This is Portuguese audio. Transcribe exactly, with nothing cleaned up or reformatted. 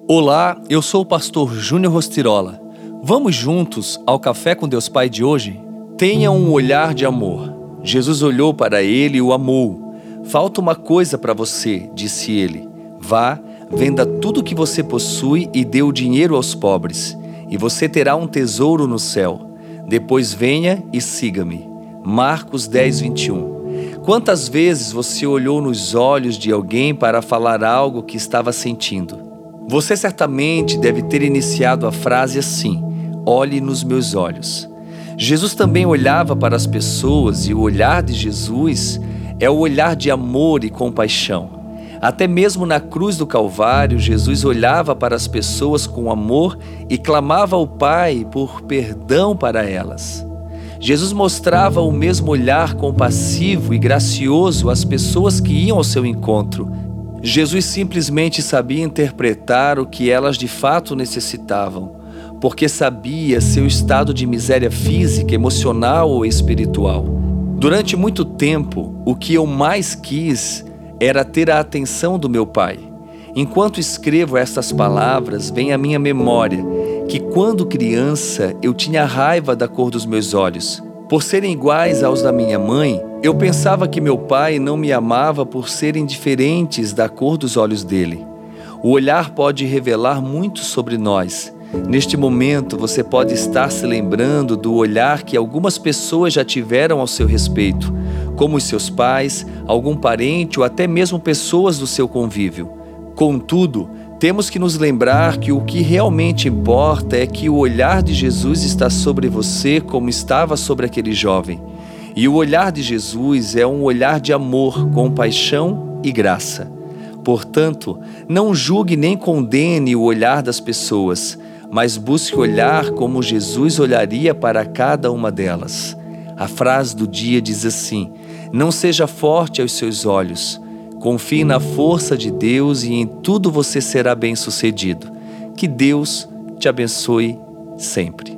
Olá, eu sou o pastor Júnior Rostirola. Vamos juntos ao Café com Deus Pai de hoje? Tenha um olhar de amor. Jesus olhou para ele e o amou. Falta uma coisa para você, disse ele. Vá, venda tudo o que você possui e dê o dinheiro aos pobres, e você terá um tesouro no céu. Depois venha e siga-me. Marcos dez, vinte e um. Quantas vezes você olhou nos olhos de alguém para falar algo que estava sentindo? Você certamente deve ter iniciado a frase assim: olhe nos meus olhos. Jesus também olhava para as pessoas e o olhar de Jesus é o olhar de amor e compaixão. Até mesmo na cruz do Calvário, Jesus olhava para as pessoas com amor e clamava ao Pai por perdão para elas. Jesus mostrava o mesmo olhar compassivo e gracioso às pessoas que iam ao seu encontro. Jesus simplesmente sabia interpretar o que elas de fato necessitavam, porque sabia seu estado de miséria física, emocional ou espiritual. Durante muito tempo, o que eu mais quis era ter a atenção do meu Pai. Enquanto escrevo estas palavras, vem à minha memória que quando criança eu tinha raiva da cor dos meus olhos. Por serem iguais aos da minha mãe, eu pensava que meu pai não me amava por serem diferentes da cor dos olhos dele. O olhar pode revelar muito sobre nós. Neste momento, você pode estar se lembrando do olhar que algumas pessoas já tiveram ao seu respeito, como os seus pais, algum parente ou até mesmo pessoas do seu convívio. Contudo, temos que nos lembrar que o que realmente importa é que o olhar de Jesus está sobre você como estava sobre aquele jovem. E o olhar de Jesus é um olhar de amor, compaixão e graça. Portanto, não julgue nem condene o olhar das pessoas, mas busque olhar como Jesus olharia para cada uma delas. A frase do dia diz assim: não seja forte aos seus olhos. Confie na força de Deus e em tudo você será bem-sucedido. Que Deus te abençoe sempre.